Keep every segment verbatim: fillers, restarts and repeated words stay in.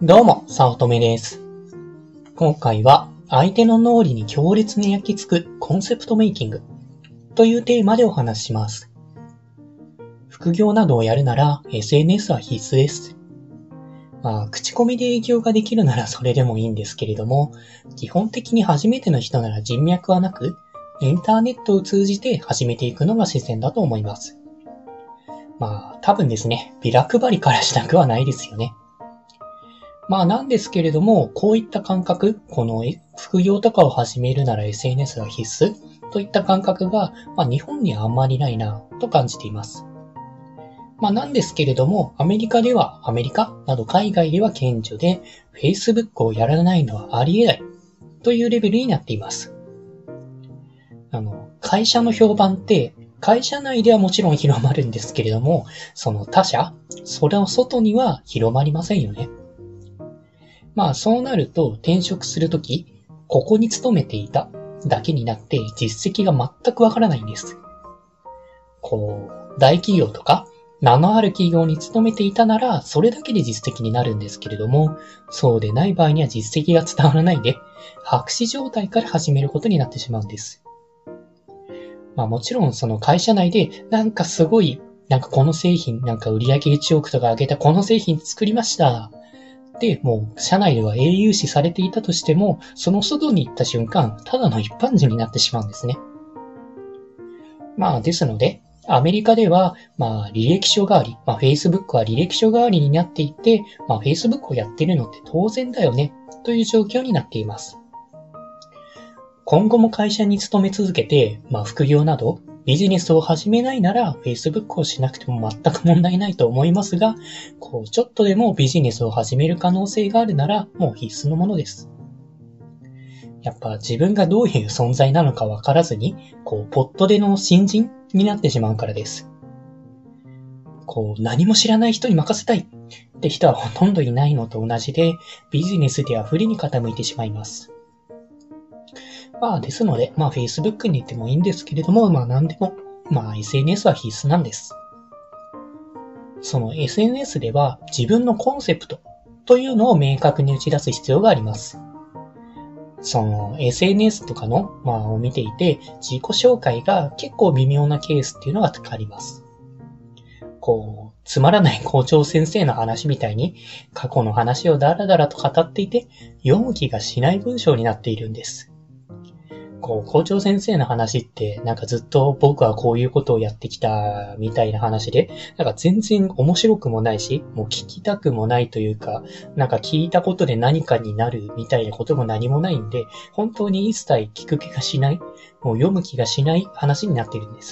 どうも、早乙女です。今回は相手の脳裏に強烈に焼き付くコンセプトメイキングというテーマでお話しします。副業などをやるなら エスエヌエス は必須です。まあ、口コミで営業ができるならそれでもいいんですけれども、基本的に初めての人なら人脈はなく、インターネットを通じて始めていくのが自然だと思います。まあ、多分ですね、ビラ配りからしたくはないですよね。まあなんですけれども、こういった感覚、この副業とかを始めるなら エスエヌエス は必須といった感覚が、まあ日本にはあんまりないなと感じています。まあなんですけれども、アメリカでは、アメリカなど海外では顕著で、Facebook をやらないのはありえないというレベルになっています。あの、会社の評判って、会社内ではもちろん広まるんですけれども、その他社、それの外には広まりませんよね。まあそうなると転職するとき、ここに勤めていただけになって実績が全くわからないんです。こう、大企業とか名のある企業に勤めていたならそれだけで実績になるんですけれども、そうでない場合には実績が伝わらないで、白紙状態から始めることになってしまうんです。まあもちろんその会社内でなんかすごい、なんかこの製品なんか売上いちおくとか上げたこの製品作りました。で、もう、社内では英雄視されていたとしても、その外に行った瞬間、ただの一般人になってしまうんですね。まあ、ですので、アメリカでは、まあ、履歴書代わり、まあ、Facebook は履歴書代わりになっていて、まあ、Facebook をやっているのって当然だよね、という状況になっています。今後も会社に勤め続けて、まあ、副業など、ビジネスを始めないなら Facebook をしなくても全く問題ないと思いますが、こうちょっとでもビジネスを始める可能性があるならもう必須のものです。やっぱ自分がどういう存在なのかわからずに、こうポットでの新人になってしまうからです。こう何も知らない人に任せたいって人はほとんどいないのと同じで、ビジネスでは不利に傾いてしまいます。まあですので、まあ Facebook に行ってもいいんですけれども、まあ何でも、まあ エスエヌエス は必須なんです。その エスエヌエス では自分のコンセプトというのを明確に打ち出す必要があります。その エスエヌエス とかの、まあを見ていて自己紹介が結構微妙なケースっていうのがあります。こう、つまらない校長先生の話みたいに過去の話をダラダラと語っていて読む気がしない文章になっているんです。こう、校長先生の話って、なんかずっと僕はこういうことをやってきたみたいな話で、なんか全然面白くもないし、もう聞きたくもないというか、なんか聞いたことで何かになるみたいなことも何もないんで、本当に一切聞く気がしない、もう読む気がしない話になっているんです。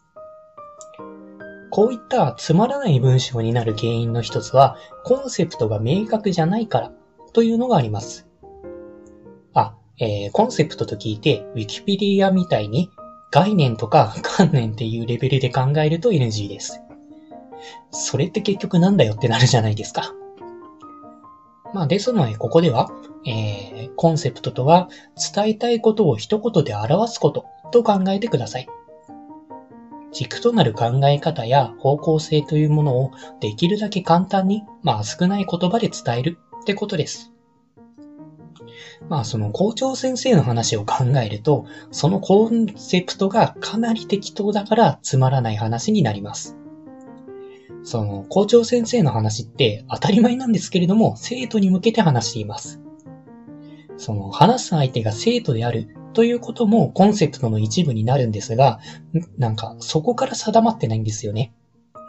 こういったつまらない文章になる原因の一つは、コンセプトが明確じゃないからというのがあります。あ、えー、コンセプトと聞いて、ウィキペディアみたいに概念とか観念っていうレベルで考えると エヌジー です。それって結局なんだよってなるじゃないですか。まあですので、ここでは、えー、コンセプトとは伝えたいことを一言で表すことと考えてください。軸となる考え方や方向性というものをできるだけ簡単に、まあ少ない言葉で伝えるってことです。まあその校長先生の話を考えると、そのコンセプトがかなり適当だからつまらない話になります。その校長先生の話って当たり前なんですけれども、生徒に向けて話しています。その話す相手が生徒であるということもコンセプトの一部になるんですが、なんかそこから定まってないんですよね。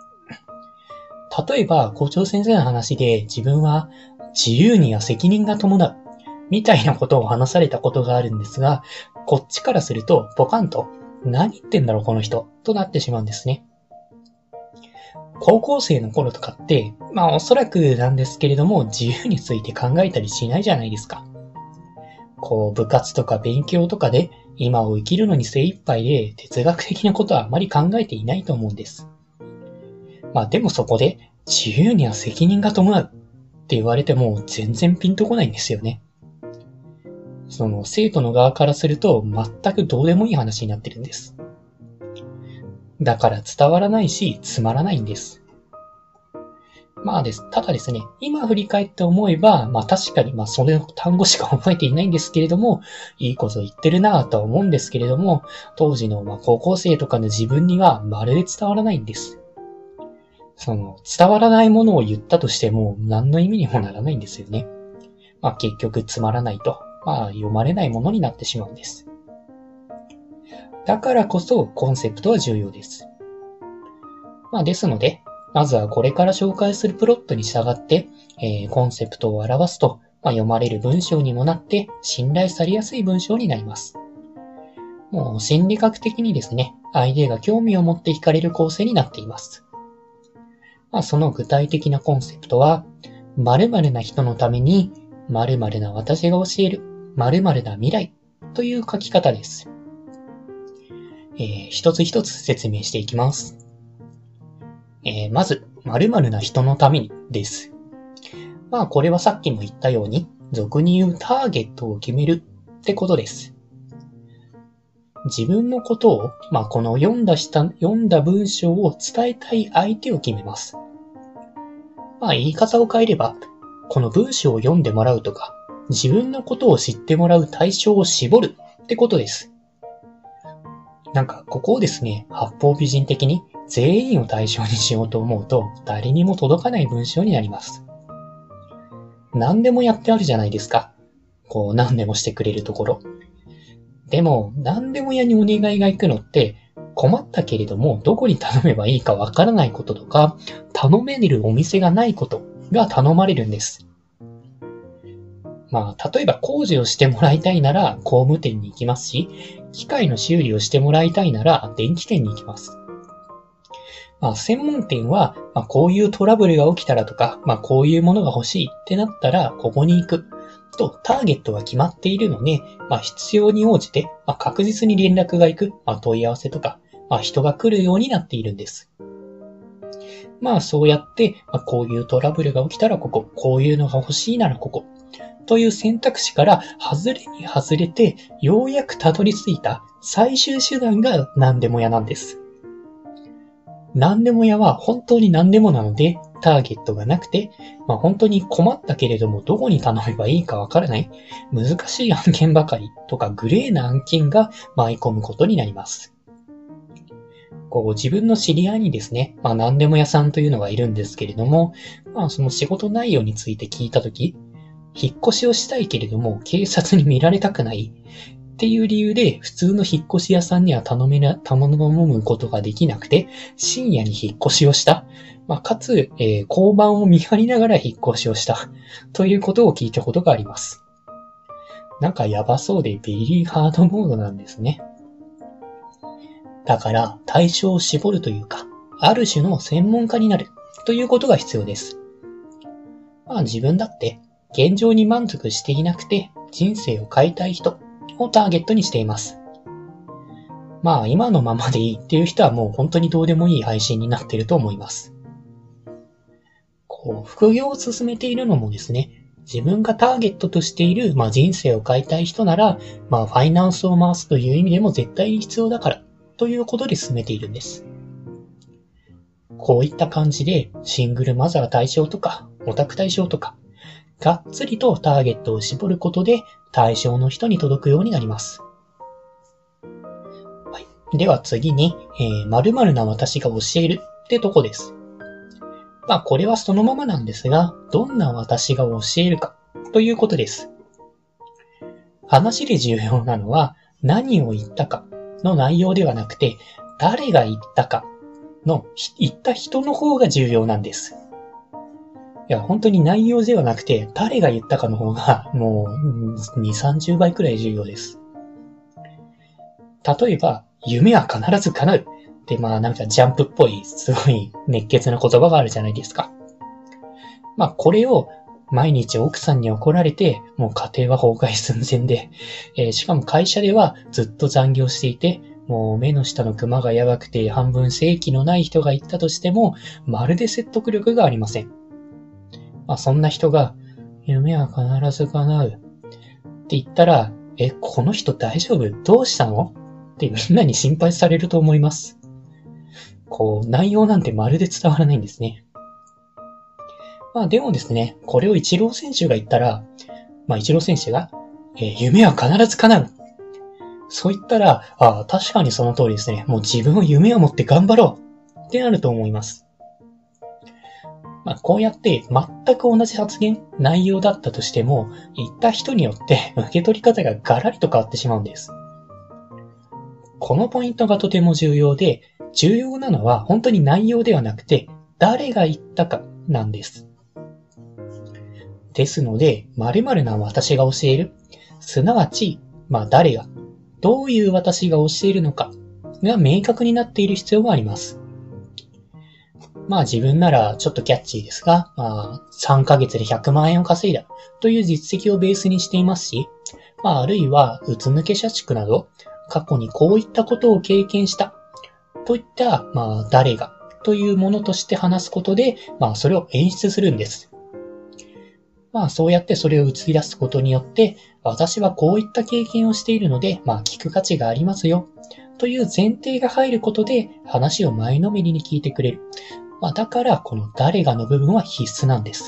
例えば校長先生の話で自分は自由には責任が伴うみたいなことを話されたことがあるんですが、こっちからするとポカンと何言ってんだろうこの人となってしまうんですね。高校生の頃とかって、まあおそらくなんですけれども自由について考えたりしないじゃないですか。こう部活とか勉強とかで今を生きるのに精一杯で哲学的なことはあまり考えていないと思うんです。まあでもそこで自由には責任が伴うって言われても全然ピンとこないんですよね。その生徒の側からすると全くどうでもいい話になってるんです。だから伝わらないしつまらないんです。 まあです。ただですね、今振り返って思えば、まあ確かに、まあそれの単語しか覚えていないんですけれども、いいこと言ってるなぁとは思うんですけれども、当時のまあ高校生とかの自分にはまるで伝わらないんです。その、伝わらないものを言ったとしても、何の意味にもならないんですよね。まあ結局つまらないと、まあ読まれないものになってしまうんです。だからこそコンセプトは重要です。まあですので、まずはこれから紹介するプロットに従って、えーコンセプトを表すと、まあ、読まれる文章にもなって信頼されやすい文章になります。もう心理学的にですね、相手が興味を持って惹かれる構成になっています。まあ、その具体的なコンセプトは、〇〇な人のために〇〇な私が教える〇〇な未来という書き方です。えー、一つ一つ説明していきます。えー、まず、〇〇な人のためにです。まあ、これはさっきも言ったように、俗に言うターゲットを決めるってことです。自分のことを、まあ、この読んだ下、読んだ文章を伝えたい相手を決めます。まあ、言い方を変えれば、この文章を読んでもらうとか、自分のことを知ってもらう対象を絞るってことです。なんか、ここをですね、八方美人的に全員を対象にしようと思うと、誰にも届かない文章になります。何でもやってあるじゃないですか。こう、何でもしてくれるところ。でも、何でも屋にお願いが行くのって、困ったけれども、どこに頼めばいいかわからないこととか、頼めるお店がないことが頼まれるんです。まあ、例えば工事をしてもらいたいなら工務店に行きますし、機械の修理をしてもらいたいなら電気店に行きます。まあ、専門店は、まあ、こういうトラブルが起きたらとか、まあ、こういうものが欲しいってなったら、ここに行く。と、ターゲットが決まっているので、まあ、必要に応じて、まあ、確実に連絡が行く、まあ、問い合わせとか、まあ、人が来るようになっているんです。まあ、そうやって、まあ、こういうトラブルが起きたらここ、こういうのが欲しいならここ、という選択肢から外れに外れて、ようやくたどり着いた最終手段が何でも屋なんです。何でも屋は本当に何でもなので、ターゲットがなくて、まあ、本当に困ったけれどもどこに頼めばいいかわからない難しい案件ばかりとかグレーな案件が舞い込むことになります。こう自分の知り合いにですね、まあ何でも屋さんというのがいるんですけれども、まあその仕事内容について聞いたとき、引っ越しをしたいけれども警察に見られたくないっていう理由で普通の引っ越し屋さんには頼めな、頼むことができなくて深夜に引っ越しをした。まあ、かつ、えー、交番を見張りながら引っ越しをしたということを聞いたことがあります。なんかやばそうでベリーハードモードなんですね。だから対象を絞るというか、ある種の専門家になるということが必要です。まあ自分だって現状に満足していなくて人生を変えたい人をターゲットにしています。まあ今のままでいいっていう人はもう本当にどうでもいい配信になっていると思います。こう副業を進めているのもですね、自分がターゲットとしている、まあ、人生を変えたい人なら、まあ、ファイナンスを回すという意味でも絶対に必要だからということで進めているんです。こういった感じでシングルマザー対象とかオタク対象とかがっつりとターゲットを絞ることで対象の人に届くようになります。はい、では次に、えー、〇〇な私が教えるってとこです。まあこれはそのままなんですが、どんな私が教えるかということです。話で重要なのは何を言ったかの内容ではなくて、誰が言ったかの言った人の方が重要なんです。いや、本当に内容ではなくて、誰が言ったかの方がもうに、さんじゅうばいくらい重要です。例えば、夢は必ず叶う。で、まあなんかジャンプっぽい、すごい熱血な言葉があるじゃないですか。まあこれを毎日奥さんに怒られて、もう家庭は崩壊寸前で、えー、しかも会社ではずっと残業していて、もう目の下のクマがやばくて半分正気のない人が言ったとしても、まるで説得力がありません。まあそんな人が、夢は必ず叶うって言ったら、え、この人大丈夫？どうしたの？ってみんなに心配されると思います。こう、内容なんてまるで伝わらないんですね。 まあでもですね、これをイチロー選手が言ったら、まあイチロー選手が、えー、夢は必ず叶う。そう言ったら、ああ、確かにその通りですね。もう自分は夢を持って頑張ろうってなると思います。まあこうやって全く同じ発言、内容だったとしても、言った人によって受け取り方がガラリと変わってしまうんです。このポイントがとても重要で、重要なのは本当に内容ではなくて、誰が言ったかなんです。ですので、〇〇な私が教える。すなわち、まあ誰が、どういう私が教えるのかが明確になっている必要があります。まあ自分ならちょっとキャッチーですが、まあさんかげつでひゃくまんえんを稼いだという実績をベースにしていますし、まああるいはうつ抜け社畜など、過去にこういったことを経験したといった、まあ誰がというものとして話すことで、まあそれを演出するんです。まあそうやってそれを映り出すことによって、私はこういった経験をしているので、まあ聞く価値がありますよという前提が入ることで話を前のめりに聞いてくれる。まあだからこの誰がの部分は必須なんです。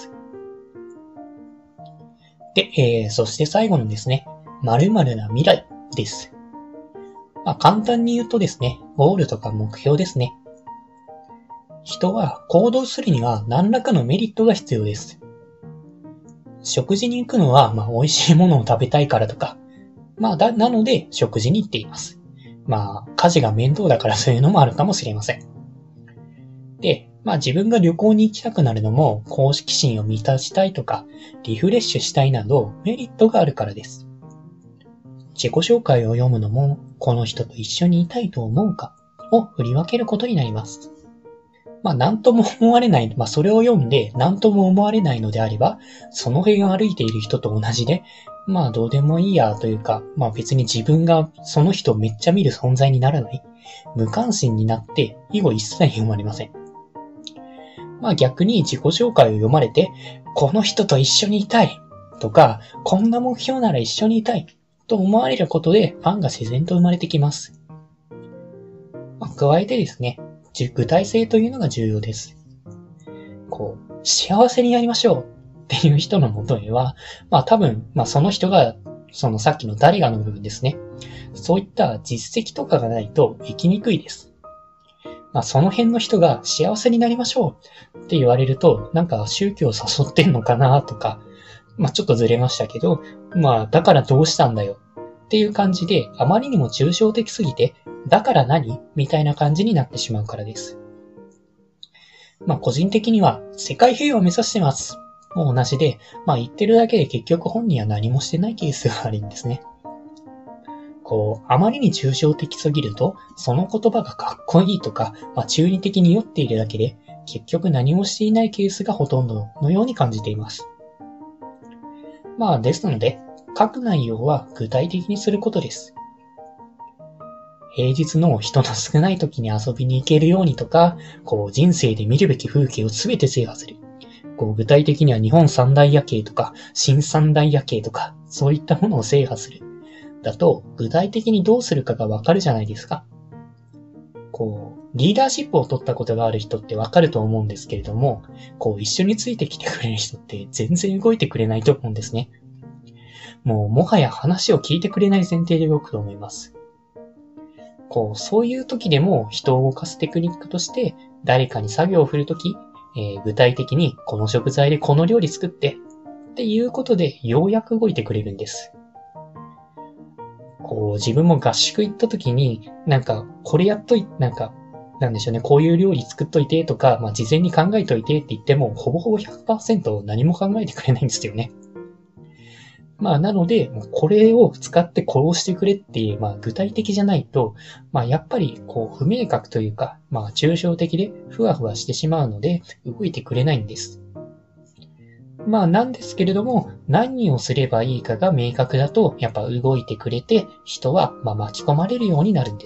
で、えー、そして最後のですね、〇〇な未来です。まあ簡単に言うとですね、ゴールとか目標ですね。人は行動するには何らかのメリットが必要です。食事に行くのは、まあ、美味しいものを食べたいからとか、まあ、だ、なので、食事に行っています。まあ、家事が面倒だからそういうのもあるかもしれません。で、まあ、自分が旅行に行きたくなるのも、公式心を満たしたいとか、リフレッシュしたいなど、メリットがあるからです。自己紹介を読むのも、この人と一緒にいたいと思うか、を振り分けることになります。まあ、なんとも思われない、まあ、それを読んで、なんとも思われないのであれば、その辺を歩いている人と同じで、まあ、どうでもいいやというか、まあ別に自分がその人をめっちゃ見る存在にならない、無関心になって、以後一切読まれません。まあ逆に自己紹介を読まれて、この人と一緒にいたいとか、こんな目標なら一緒にいたいと思われることで、ファンが自然と生まれてきます。まあ、加えてですね、具体性というのが重要です。こう、幸せになりましょうっていう人のもとには、まあ多分、まあその人が、そのさっきの誰がの部分ですね。そういった実績とかがないと生きにくいです。まあその辺の人が幸せになりましょうって言われると、なんか宗教を誘ってんのかなとか、まあちょっとずれましたけど、まあだからどうしたんだよっていう感じで、あまりにも抽象的すぎて、だから何みたいな感じになってしまうからです。まあ個人的には世界平和を目指してますも同じで、まあ言ってるだけで結局本人は何もしてないケースがあるんですね。こう、あまりに抽象的すぎると、その言葉がかっこいいとか、まあ中二的に酔っているだけで、結局何もしていないケースがほとんどのように感じています。まあですので、書く内容は具体的にすることです。平日の人の少ない時に遊びに行けるようにとか、こう人生で見るべき風景をすべて制覇する。こう具体的には日本三大夜景とか、新三大夜景とか、そういったものを制覇する。だと、具体的にどうするかがわかるじゃないですか。こう、リーダーシップを取ったことがある人ってわかると思うんですけれども、こう一緒についてきてくれる人って全然動いてくれないと思うんですね。もうもはや話を聞いてくれない前提で動くと思います。こう、そういう時でも人を動かすテクニックとして、誰かに作業を振るとき、えー、具体的にこの食材でこの料理作ってっていうことでようやく動いてくれるんです。こう、自分も合宿行った時に、なんか、これやっとい、なんか、なんでしょうね、こういう料理作っといてとか、まあ、事前に考えといてって言っても、ほぼほぼ ひゃくパーセント 何も考えてくれないんですよね。まあ、なので、これを使ってこうしてくれっていう、まあ、具体的じゃないと、まあ、やっぱり、こう、不明確というか、まあ、抽象的で、ふわふわしてしまうので、動いてくれないんです。まあ、なんですけれども、何をすればいいかが明確だと、やっぱ動いてくれて、人は、まあ、巻き込まれるようになるんです。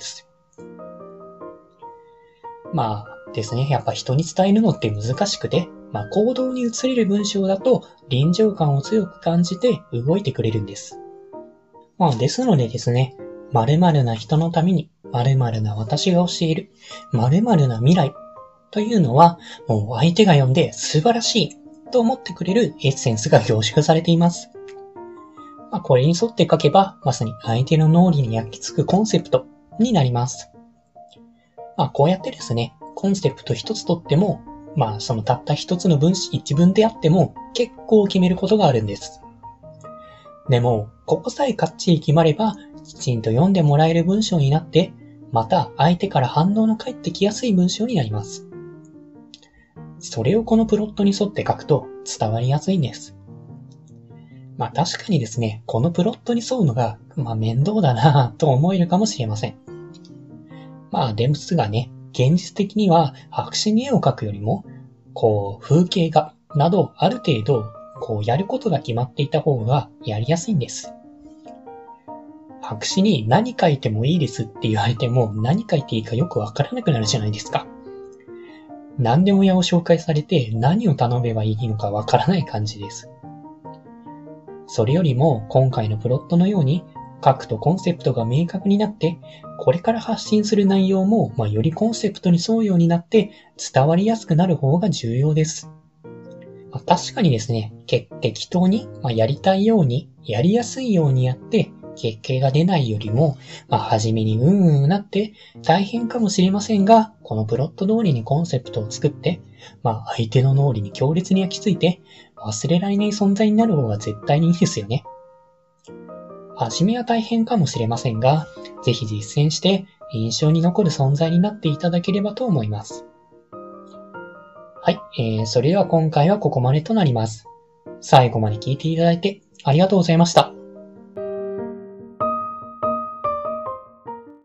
まあ、ですね、やっぱ人に伝えるのって難しくて、まあ、行動に移れる文章だと臨場感を強く感じて動いてくれるんです。まあ、ですのでですね、〇〇な人のために〇〇な私が教える〇〇な未来というのは、もう相手が読んで素晴らしいトを持ってくれるエッセンスが凝縮されています。まあ、これに沿って書けば、まさに相手の脳裏に焼き付くコンセプトになります。まあ、こうやってですね、コンセプト一つとっても、まあ、そのたった一つの文章、一文であっても結構決めることがあるんです。でも、ここさえかっちり決まれば、きちんと読んでもらえる文章になって、また相手から反応の返ってきやすい文章になります。それをこのプロットに沿って書くと伝わりやすいんです。まあ確かにですね、このプロットに沿うのが、まあ面倒だなぁと思えるかもしれません。まあですがね、現実的には白紙に絵を描くよりも、こう風景画などある程度こうやることが決まっていた方がやりやすいんです。白紙に何書いてもいいですって言われても何書いていいかよくわからなくなるじゃないですか。何でも屋を紹介されて何を頼めばいいのかわからない感じです。それよりも今回のプロットのように書くとコンセプトが明確になって、これから発信する内容も、まあ、よりコンセプトに沿うようになって伝わりやすくなる方が重要です。まあ、確かにですね、適当に、まあ、やりたいように、やりやすいようにやって、結果が出ないよりも、まあ、初めにうんうんなって大変かもしれませんが、このプロット通りにコンセプトを作って、まあ、相手の脳裏に強烈に焼き付いて、忘れられない存在になる方が絶対にいいですよね。初めは大変かもしれませんが、ぜひ実践して印象に残る存在になっていただければと思います。はい、えー、それでは今回はここまでとなります。最後まで聞いていただいてありがとうございました。